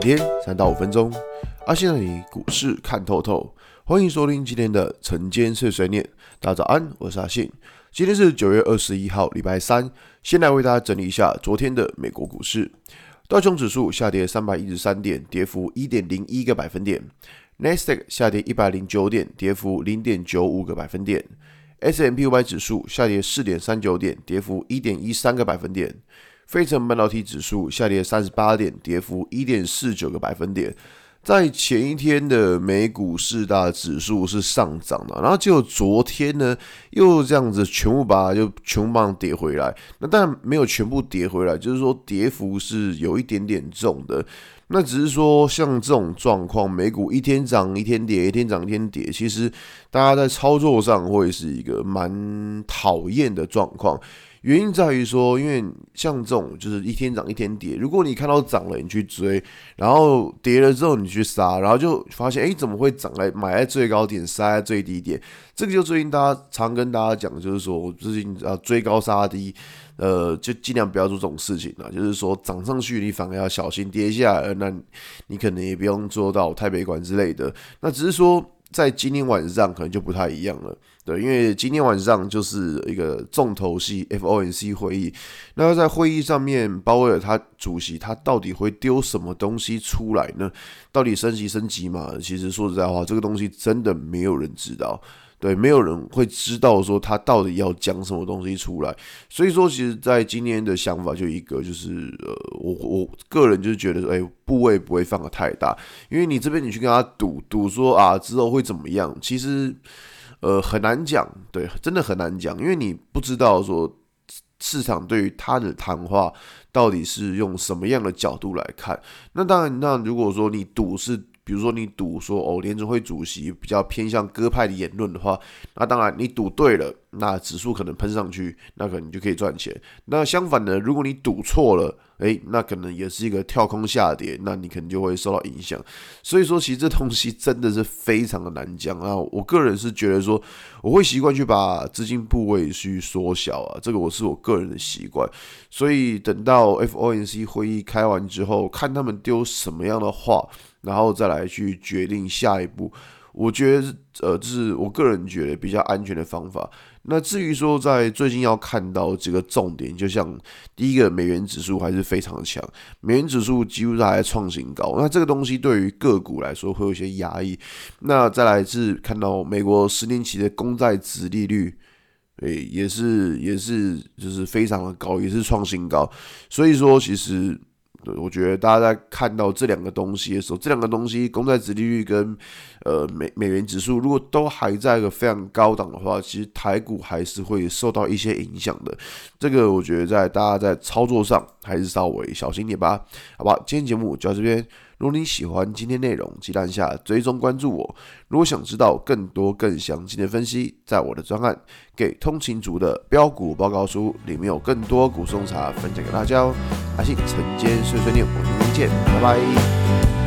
天3到5分钟，阿信让你股市看透透。欢迎收听今天的晨间碎碎念。大家早安，我是阿信。今天是9月21号，礼拜三。先来为大家整理一下昨天的美国股市。道琼指数下跌313点，跌幅 1.01 个百分点。Nasdaq 下跌109点，跌幅 0.95 个百分点。S&P 500指数下跌 4.39 点，跌幅 1.13 个百分点。费城半导体指数下跌38点，跌幅 1.49 个百分点。在前一天的美股四大指数是上涨的，然后结果昨天呢又这样子全部把它跌回来。那当然没有全部跌回来，就是说跌幅是有一点点重的。那只是说像这种状况，美股一天涨一天跌，一天涨一天跌，其实大家在操作上会是一个蛮讨厌的状况。原因在于说，因为像这种就是一天涨一天跌，如果你看到涨了你去追，然后跌了之后你去杀，然后就发现怎么会涨来买在最高点，杀在最低点，这个就最近大家常跟大家讲，就是说我最近追高杀低，就尽量不要做这种事情啦。就是说涨上去你反而要小心，跌下来那你可能也不用做到太悲观之类的。那只是说在今天晚上可能就不太一样了。对，因为今天晚上就是一个重头戏 FOMC 会议。那在会议上面，鲍威尔他主席他到底会丢什么东西出来呢？到底升级嘛？其实说实在话，这个东西真的没有人知道。对，没有人会知道说他到底要讲什么东西出来。所以说，其实，在今天的想法就一个，就是我个人就是觉得说，部位不会放得太大，因为你这边你去跟他赌说之后会怎么样，其实。很难讲，对，真的很难讲，因为你不知道说市场对于他的谈话到底是用什么样的角度来看。那当然，那如果说你赌是，比如说你赌说联准会主席比较偏向鸽派的言论的话，那当然你赌对了，那指数可能喷上去，那可能你就可以赚钱。那相反的，如果你赌错了，那可能也是一个跳空下跌，那你可能就会受到影响。所以说，其实这东西真的是非常的难讲。那我个人是觉得说，我会习惯去把资金部位去缩小这个是我个人的习惯。所以等到 FOMC 会议开完之后，看他们丢什么样的话，然后再来去决定下一步。我觉得这是我个人觉得比较安全的方法。那至于说在最近要看到几个重点，就像第一个，美元指数还是非常的强，美元指数几乎还在创新高。那这个东西对于个股来说会有一些压抑。那再来是看到美国10年期的公债殖利率，也是就是非常的高，也是创新高。所以说其实。我觉得大家在看到这两个东西的时候，这两个东西公债殖利率跟美元指数，如果都还在一个非常高档的话，其实台股还是会受到一些影响的。这个我觉得大家在操作上还是稍微小心点吧，好吧？今天节目就到这边。如果你喜欢今天内容，记得按下追踪关注我。如果想知道更多更详尽的分析，在我的专案《给通勤族的标股报告书》里面有更多股市洞察分享给大家哦。阿信晨间碎碎念，我们明天见，拜拜。